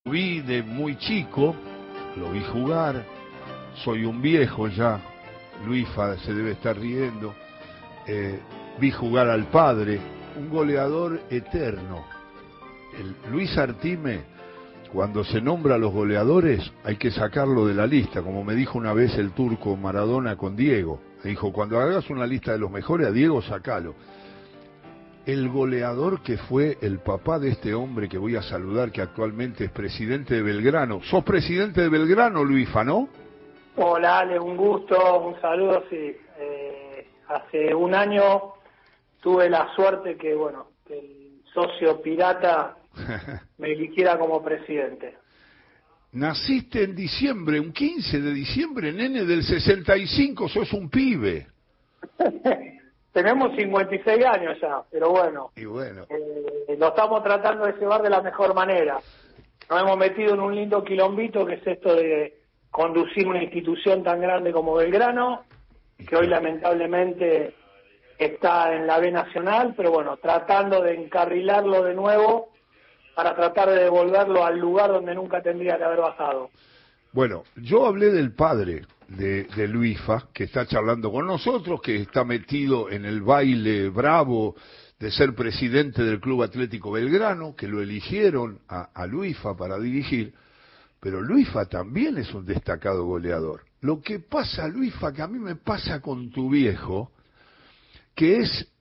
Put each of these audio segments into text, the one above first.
Vi de muy chico, lo vi jugar, soy un viejo ya, Luisfa se debe estar riendo, vi jugar al padre, un goleador eterno. Luis Artime, cuando se nombra a los goleadores, hay que sacarlo de la lista, como me dijo una vez el turco Maradona con Diego. Me dijo, cuando hagas una lista de los mejores, a Diego sacalo. El goleador que fue el papá de este hombre que voy a saludar, que actualmente es presidente de Belgrano. ¿Sos presidente de Belgrano, Luisfa, no? Hola, Ale, un gusto, un saludo, sí. Hace un año tuve la suerte que el socio pirata me eligiera como presidente. Naciste en diciembre, un 15 de diciembre, nene del 65, sos un pibe. Tenemos 56 años ya, pero bueno, lo estamos tratando de llevar de la mejor manera. Nos hemos metido en un lindo quilombito que es esto de conducir una institución tan grande como Belgrano, que hoy lamentablemente está en la B Nacional, pero bueno, tratando de encarrilarlo de nuevo para tratar de devolverlo al lugar donde nunca tendría que haber bajado. Bueno, yo hablé del padre de Luisfa, que está charlando con nosotros, que está metido en el baile bravo de ser presidente del Club Atlético Belgrano, que lo eligieron a Luisfa para dirigir, pero Luisfa también es un destacado goleador. Lo que pasa, Luisfa, que a mí me pasa con tu viejo, que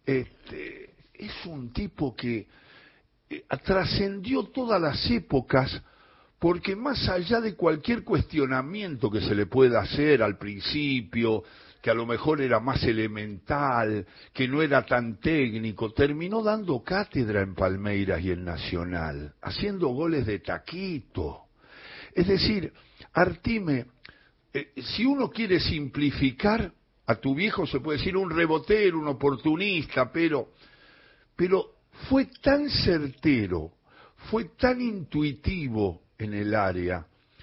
es un tipo que trascendió todas las épocas, porque más allá de cualquier cuestionamiento que se le pueda hacer al principio, que a lo mejor era más elemental, que no era tan técnico, terminó dando cátedra en Palmeiras y en Nacional, haciendo goles de taquito. Es decir, Artime, si uno quiere simplificar, a tu viejo se puede decir un rebotero, un oportunista, pero fue tan certero, fue tan intuitivo en el área,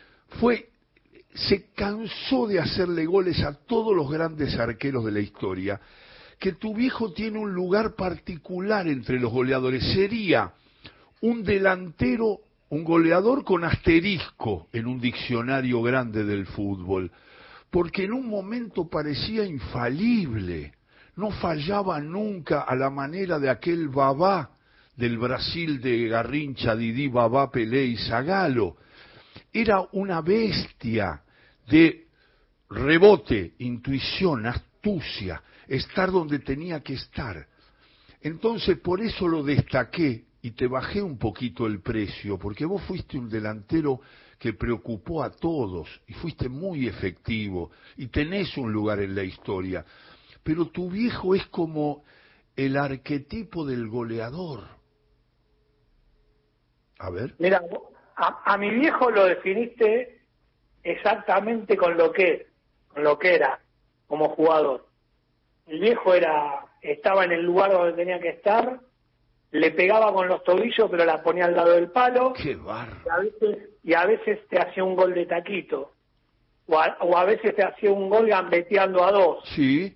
se cansó de hacerle goles a todos los grandes arqueros de la historia, que tu viejo tiene un lugar particular entre los goleadores. Sería un delantero, un goleador con asterisco en un diccionario grande del fútbol, porque en un momento parecía infalible, no fallaba nunca a la manera de aquel Babá del Brasil de Garrincha, Didi, Babá, Pelé y Zagallo. Era una bestia de rebote, intuición, astucia, estar donde tenía que estar. Entonces por eso lo destaqué y te bajé un poquito el precio, porque vos fuiste un delantero que preocupó a todos y fuiste muy efectivo y tenés un lugar en la historia. Pero tu viejo es como el arquetipo del goleador. A ver. Mira, a mi viejo lo definiste exactamente con lo que era como jugador. El viejo estaba en el lugar donde tenía que estar, le pegaba con los tobillos, pero la ponía al lado del palo. ¡Qué barro! Y a veces te hacía un gol de taquito, o a veces te hacía un gol gambeteando a dos. Sí.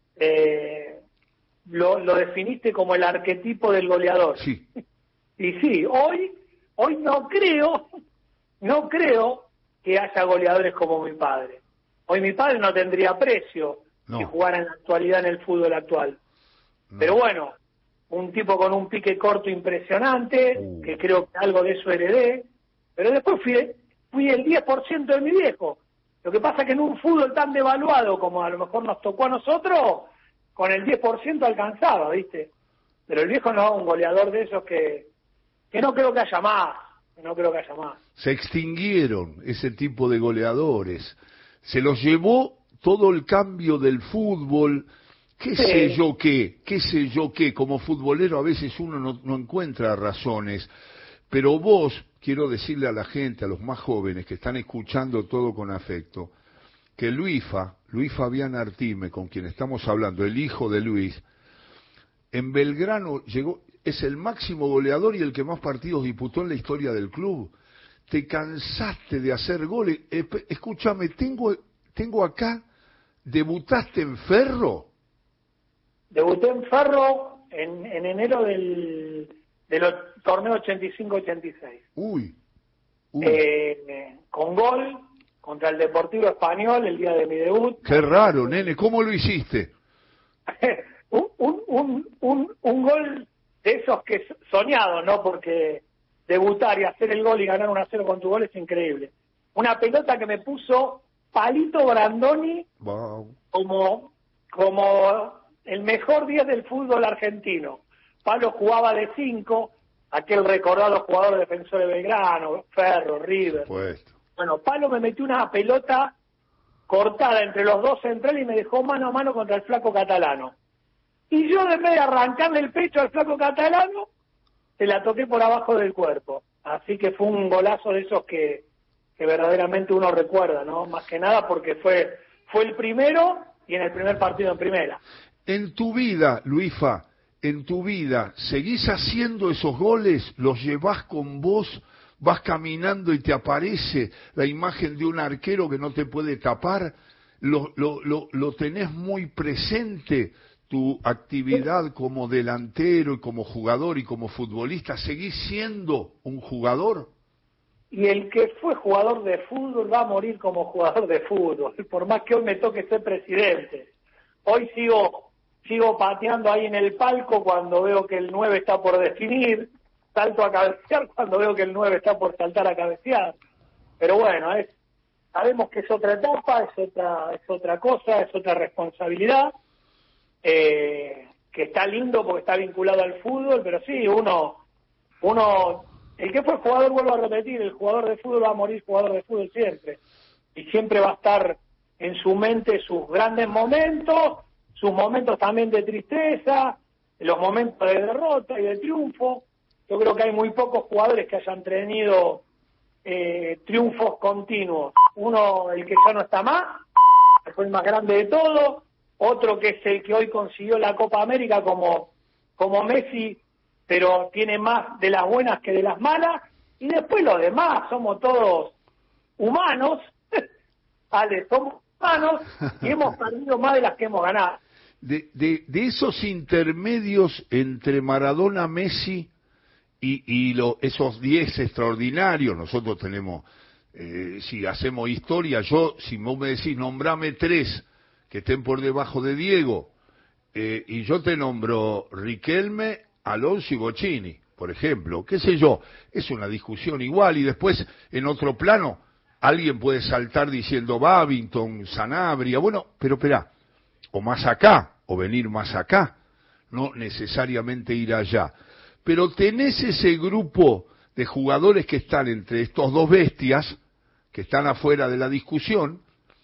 Lo definiste como el arquetipo del goleador. Sí. Y sí, hoy no creo que haya goleadores como mi padre. Hoy mi padre no tendría precio si jugara en la actualidad en el fútbol actual. No. Pero bueno, un tipo con un pique corto impresionante, que creo que algo de eso heredé, pero después fui el 10% de mi viejo. Lo que pasa es que en un fútbol tan devaluado como a lo mejor nos tocó a nosotros, con el 10% alcanzaba, ¿viste? Pero el viejo no, un goleador de esos que no creo que haya más. Se extinguieron ese tipo de goleadores. Se los llevó todo el cambio del fútbol. Qué sé yo qué. Como futbolero a veces uno no encuentra razones. Pero vos, quiero decirle a la gente, a los más jóvenes que están escuchando todo con afecto, que Luis Fabián Artime, con quien estamos hablando, el hijo de Luis, en Belgrano es el máximo goleador y el que más partidos disputó en la historia del club. Te cansaste de hacer goles. Escúchame, tengo acá, ¿debutaste en Ferro? Debuté en Ferro en enero del torneo 85-86. Uy, con gol contra el Deportivo Español el día de mi debut. Qué raro, nene, ¿cómo lo hiciste? un gol de esos que soñado, ¿no? Porque debutar y hacer el gol y ganar 1-0 con tu gol es increíble. Una pelota que me puso Palito Brandoni, wow, como el mejor 10 del fútbol argentino. Palo jugaba de 5, aquel recordado jugador defensor de Belgrano, Ferro, River. Puesto. Bueno, Palo me metió una pelota cortada entre los dos centrales y me dejó mano a mano contra el flaco Catalano. Y yo, en vez de arrancarle el pecho al flaco Catalano, se la toqué por abajo del cuerpo. Así que fue un golazo de esos que verdaderamente uno recuerda, ¿no? Más que nada porque fue el primero y en el primer partido en primera. En tu vida, Luisfa, ¿seguís haciendo esos goles? ¿Los llevás con vos? ¿Vas caminando y te aparece la imagen de un arquero que no te puede tapar? ¿Lo tenés muy presente, tu actividad como delantero y como jugador y como futbolista? ¿Seguís siendo un jugador? Y el que fue jugador de fútbol va a morir como jugador de fútbol, por más que hoy me toque ser presidente. Hoy sigo pateando ahí en el palco cuando veo que el 9 está por definir, salto a cabecear cuando veo que el 9 está por saltar a cabecear. Pero bueno, sabemos que es otra etapa, es otra cosa, es otra responsabilidad, que está lindo porque está vinculado al fútbol, pero sí, uno, el que fue jugador, vuelvo a repetir, el jugador de fútbol va a morir jugador de fútbol siempre, y siempre va a estar en su mente sus grandes momentos, sus momentos también de tristeza, los momentos de derrota y de triunfo. Yo creo que hay muy pocos jugadores que hayan tenido triunfos continuos. Uno, el que ya no está más, que fue el más grande de todos. Otro que es el que hoy consiguió la Copa América como Messi, pero tiene más de las buenas que de las malas. Y después los demás, somos todos humanos. Ale, somos humanos y hemos perdido más de las que hemos ganado. De esos intermedios entre Maradona, Messi y esos 10 extraordinarios, nosotros tenemos, si hacemos historia, si vos me decís, nombrame 3 que estén por debajo de Diego, y yo te nombro Riquelme, Alonso y Bocini, por ejemplo, qué sé yo, es una discusión igual, y después, en otro plano, alguien puede saltar diciendo Babington, Sanabria, bueno, pero esperá, o más acá, o venir más acá, no necesariamente ir allá. Pero tenés ese grupo de jugadores que están entre estos dos bestias, que están afuera de la discusión,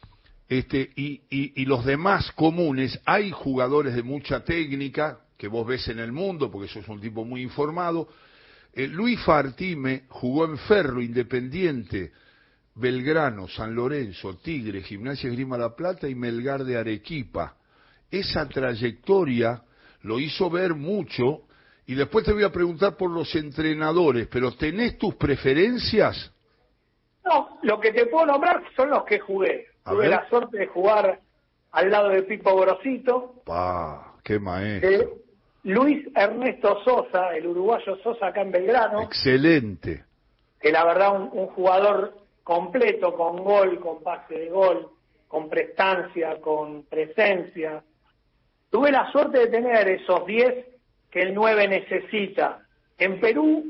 y los demás comunes. Hay jugadores de mucha técnica que vos ves en el mundo, porque sos un tipo muy informado. Luisfa Artime jugó en Ferro, Independiente, Belgrano, San Lorenzo, Tigre, Gimnasia Esgrima La Plata y Melgar de Arequipa. Esa trayectoria lo hizo ver mucho, y después te voy a preguntar por los entrenadores, pero ¿tenés tus preferencias? No, lo que te puedo nombrar son los que jugué. Tuve la suerte de jugar al lado de Pipo Grosito. ¡Qué maestro! Luis Ernesto Sosa, el uruguayo Sosa acá en Belgrano. Excelente. Que la verdad un jugador completo, con gol, con pase de gol, con prestancia, con presencia. Tuve la suerte de tener esos 10 que el 9 necesita. En Perú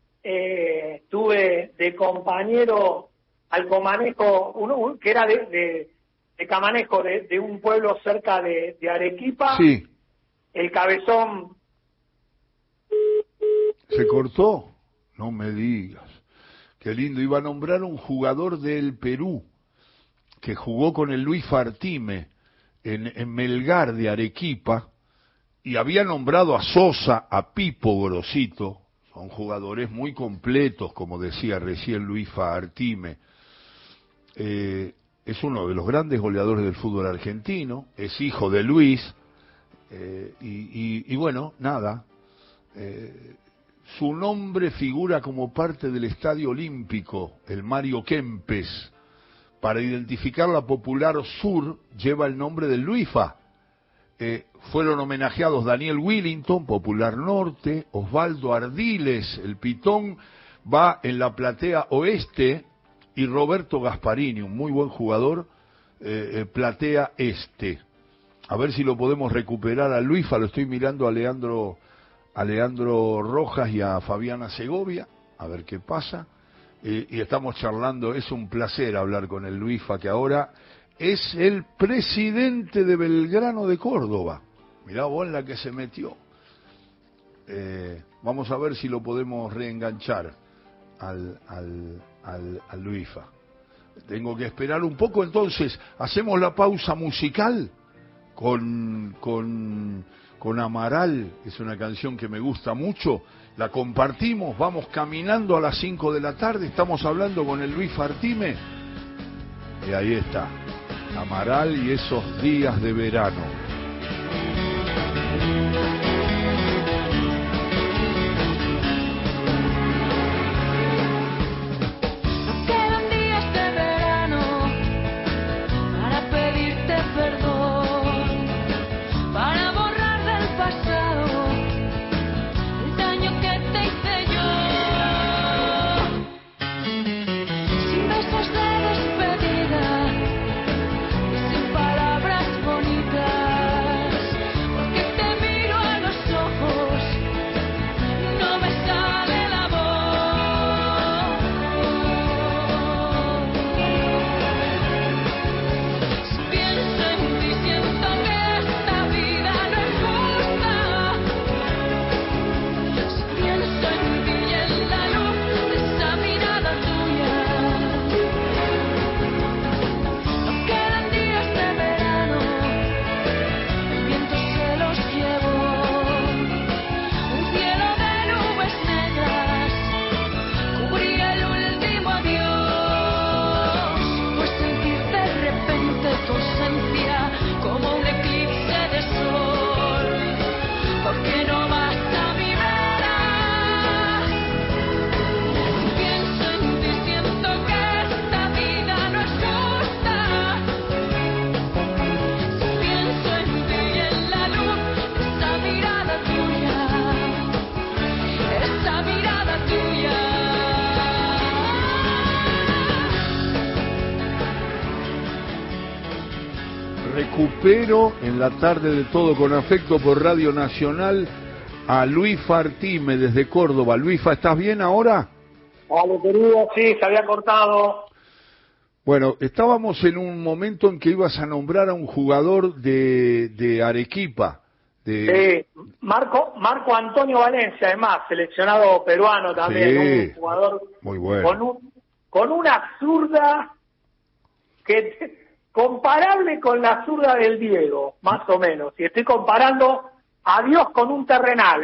tuve de compañero al Comanejo, uno que era de Camanejo, de un pueblo cerca de Arequipa. Sí. El Cabezón. ¿Se cortó? No me digas. Qué lindo. Iba a nombrar un jugador del Perú que jugó con el Luisfa Artime en Melgar de Arequipa, y había nombrado a Sosa, a Pipo Grosito. Son jugadores muy completos, como decía recién Luisfa Artime. Es uno de los grandes goleadores del fútbol argentino, es hijo de Luis, y bueno, nada, su nombre figura como parte del Estadio Olímpico, el Mario Kempes. Para identificar la Popular Sur lleva el nombre del Luisfa. Fueron homenajeados Daniel Willington, Popular Norte, Osvaldo Ardiles, el Pitón, va en la platea oeste, y Roberto Gasparini, un muy buen jugador, platea este. A ver si lo podemos recuperar a Luifa, lo estoy mirando a Leandro Rojas y a Fabiana Segovia, a ver qué pasa. Y estamos charlando, es un placer hablar con el Luifa, que ahora es el presidente de Belgrano de Córdoba. Mirá vos en la que se metió. Vamos a ver si lo podemos reenganchar al Luifa. Tengo que esperar un poco, entonces hacemos la pausa musical con Amaral. Es una canción que me gusta mucho, la compartimos, vamos caminando a las 5 de la tarde, estamos hablando con el Luifa Artime, y ahí está, Amaral y esos días de verano. Recupero en la tarde de Todo con Afecto por Radio Nacional a Luifa Artime desde Córdoba. Luifa, ¿estás bien ahora? Vale, querido, sí, se había cortado. Bueno, estábamos en un momento en que ibas a nombrar a un jugador de Arequipa. Sí, Marco Antonio Valencia, además, seleccionado peruano también, un jugador muy bueno. Con una zurda comparable con la zurda del Diego, más o menos. Y estoy comparando a Dios con un terrenal,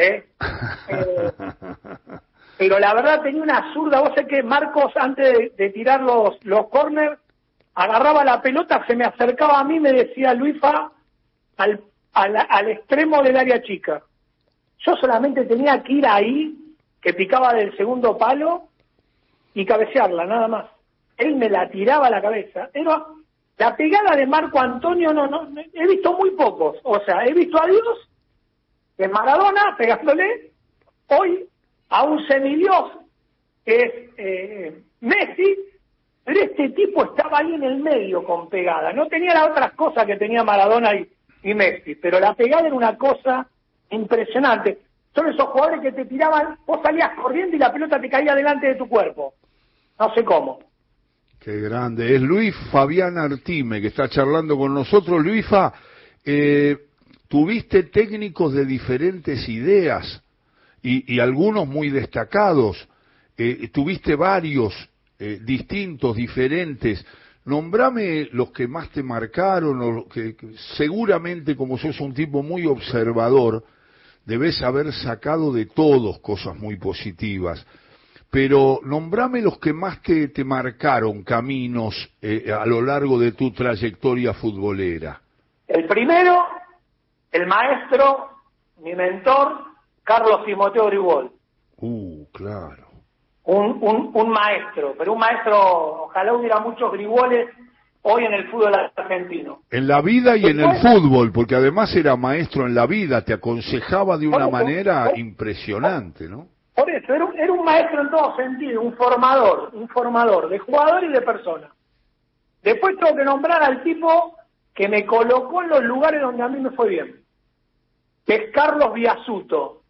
pero la verdad tenía una zurda. Vos sé que Marcos, antes de tirar los corners, agarraba la pelota, se me acercaba a mí, me decía Luifa, al extremo del área chica. Yo solamente tenía que ir ahí, que picaba del segundo palo, y cabecearla, nada más. Él me la tiraba a la cabeza. Pero la pegada de Marco Antonio no, he visto muy pocos. O sea, he visto a Dios, de Maradona, pegándole, hoy a un semidios, que es Messi, pero este tipo estaba ahí en el medio con pegada. No tenía las otras cosas que tenía Maradona y Messi, pero la pegada era una cosa impresionante. Son esos jugadores que te tiraban, vos salías corriendo y la pelota te caía delante de tu cuerpo. No sé cómo. Qué grande. Es Luis Fabián Artime que está charlando con nosotros. Luifa, tuviste técnicos de diferentes ideas y algunos muy destacados. Tuviste varios distintos, diferentes. Nombrame los que más te marcaron, o que seguramente, como sos un tipo muy observador, debes haber sacado de todos cosas muy positivas. Pero nombrame los que más te marcaron caminos a lo largo de tu trayectoria futbolera. El primero, el maestro, mi mentor, Carlos Timoteo Gribol. Claro. Un maestro, pero un maestro, ojalá hubiera muchos Griboles hoy en el fútbol argentino. En la vida y en el fútbol, porque además era maestro en la vida, te aconsejaba de una manera impresionante, ¿no? Por eso, era un maestro en todo sentido, un formador de jugador y de persona. Después tengo que nombrar al tipo que me colocó en los lugares donde a mí me fue bien, que es Carlos Biasuto.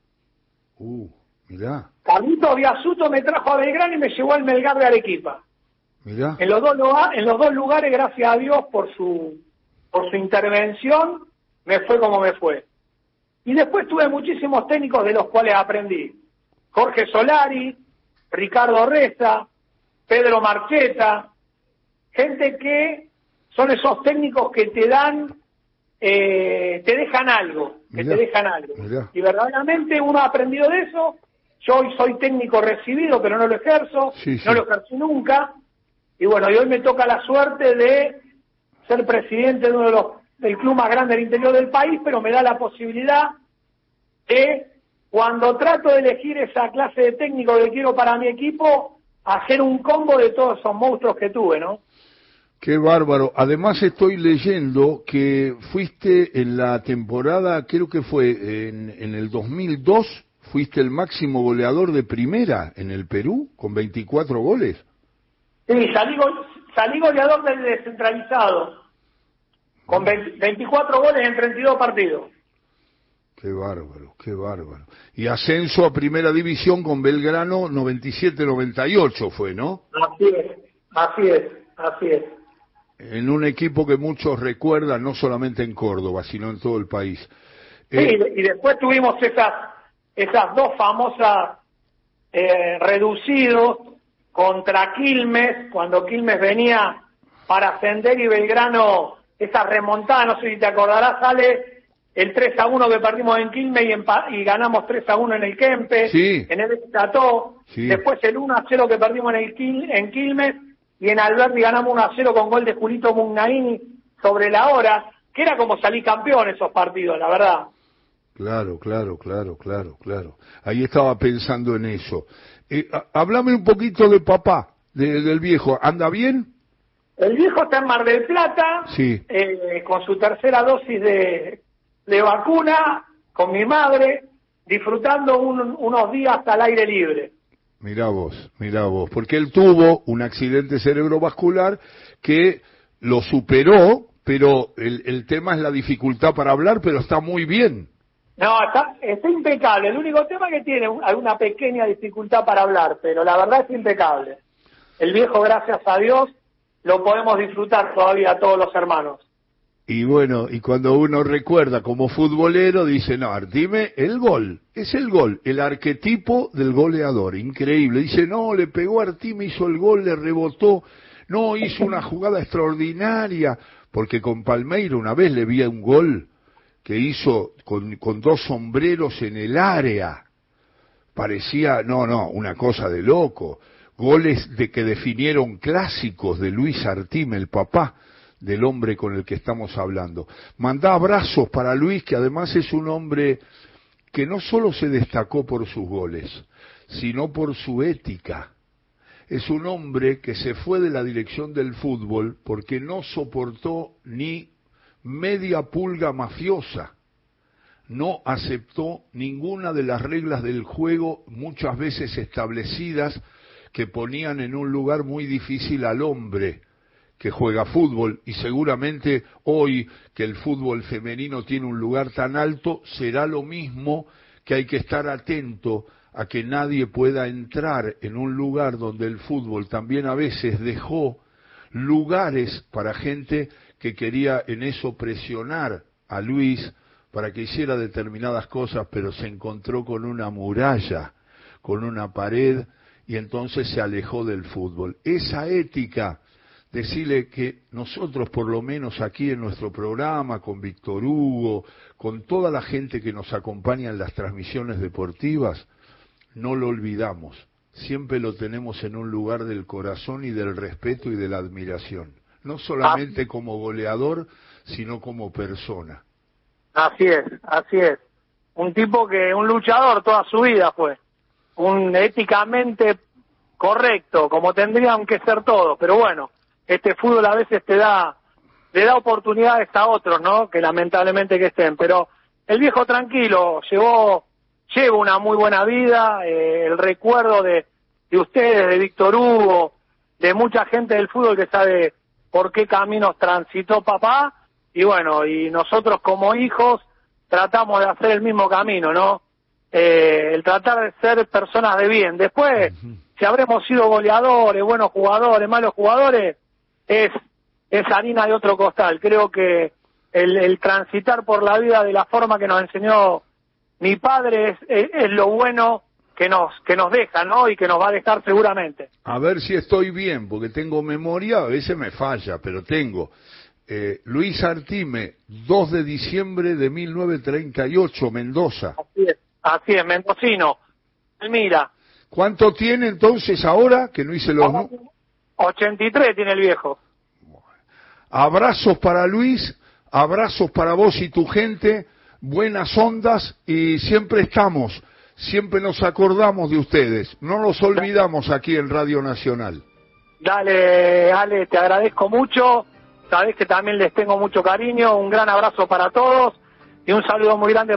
Mirá. Carlitos Biasuto me trajo a Belgrano y me llevó al Melgar de Arequipa. Mirá. En los dos lugares, gracias a Dios por su intervención, me fue como me fue. Y después tuve muchísimos técnicos de los cuales aprendí. Jorge Solari, Ricardo Reza, Pedro Marcheta, gente que son esos técnicos que te dan, te dejan algo, Mirá, te dejan algo. Mirá. Y verdaderamente uno ha aprendido de eso. Yo hoy soy técnico recibido, pero no lo ejerzo, no lo ejercí nunca. Y bueno, y hoy me toca la suerte de ser presidente de uno del club más grande del interior del país, pero me da la posibilidad de, cuando trato de elegir esa clase de técnico que quiero para mi equipo, hacer un combo de todos esos monstruos que tuve, ¿no? Qué bárbaro. Además estoy leyendo que fuiste en la temporada, creo que fue en el 2002, fuiste el máximo goleador de primera en el Perú, con 24 goles. Sí, salí goleador del descentralizado, con 24 goles en 32 partidos. Qué bárbaro, qué bárbaro. Y ascenso a primera división con Belgrano 97-98 fue, ¿no? Así es. En un equipo que muchos recuerdan, no solamente en Córdoba, sino en todo el país. Sí, y después tuvimos esas dos famosas reducidos contra Quilmes, cuando Quilmes venía para ascender y Belgrano, esa remontada, no sé si te acordarás, sale el 3-1 que perdimos en Quilmes y ganamos 3-1 en el Kempe, sí, en el Estató, sí. Después el 1-0 que perdimos en Quilmes, y en Alberti ganamos 1-0 con gol de Julito Mugnaini sobre la hora, que era como salir campeón esos partidos, la verdad. Claro. Ahí estaba pensando en eso. Háblame un poquito de papá, del viejo. ¿Anda bien? El viejo está en Mar del Plata, sí. Con su tercera dosis de vacuna, con mi madre, disfrutando unos días al aire libre. Mirá vos, porque él tuvo un accidente cerebrovascular que lo superó, pero el tema es la dificultad para hablar, pero está muy bien. No, está impecable. El único tema que tiene alguna pequeña dificultad para hablar, pero la verdad es impecable. El viejo, gracias a Dios, lo podemos disfrutar todavía todos los hermanos. Y bueno, y cuando uno recuerda como futbolero, dice, no, Artime, el gol, es el gol, el arquetipo del goleador, increíble. Dice, no, le pegó a Artime, hizo el gol, le rebotó, no, hizo una jugada extraordinaria, porque con Palmeiro una vez le vi un gol que hizo con dos sombreros en el área. Parecía, una cosa de loco. Goles que definieron clásicos de Luis Artime, el papá del hombre con el que estamos hablando. Mandá abrazos para Luis, que además es un hombre que no solo se destacó por sus goles, sino por su ética. Es un hombre que se fue de la dirección del fútbol porque no soportó ni media pulga mafiosa. No aceptó ninguna de las reglas del juego, muchas veces establecidas, que ponían en un lugar muy difícil al hombre que juega fútbol, y seguramente hoy que el fútbol femenino tiene un lugar tan alto, será lo mismo, que hay que estar atento a que nadie pueda entrar en un lugar donde el fútbol también a veces dejó lugares para gente que quería en eso presionar a Luis para que hiciera determinadas cosas, pero se encontró con una muralla, con una pared, y entonces se alejó del fútbol. Esa ética, decirle que nosotros, por lo menos aquí en nuestro programa, con Víctor Hugo, con toda la gente que nos acompaña en las transmisiones deportivas, no lo olvidamos. Siempre lo tenemos en un lugar del corazón y del respeto y de la admiración. No solamente como goleador, sino como persona. Así es. Un luchador toda su vida fue. Un éticamente correcto, como tendrían que ser todos. Pero bueno, este fútbol a veces le da oportunidades a otros, ¿no? Que lamentablemente que estén. Pero el viejo tranquilo, llevó llevo una muy buena vida, el recuerdo de ustedes, de Víctor Hugo, de mucha gente del fútbol que sabe por qué caminos transitó papá, y bueno, y nosotros como hijos tratamos de hacer el mismo camino, ¿no? El tratar de ser personas de bien. Después, si habremos sido goleadores, buenos jugadores, malos jugadores, es harina de otro costal. Creo que el transitar por la vida de la forma que nos enseñó mi padre es lo bueno que nos deja, ¿no? Y que nos va a dejar seguramente. A ver si estoy bien, porque tengo memoria, a veces me falla, pero tengo. Luis Artime, 2 de diciembre de 1938, Mendoza. Así es, mendocino. Mira. ¿Cuánto tiene entonces ahora? Que no hice los... 83 tiene el viejo. Abrazos para Luis, abrazos para vos y tu gente, buenas ondas, y siempre nos acordamos de ustedes, no los olvidamos aquí en Radio Nacional. Dale, Ale, te agradezco mucho, sabés que también les tengo mucho cariño, un gran abrazo para todos y un saludo muy grande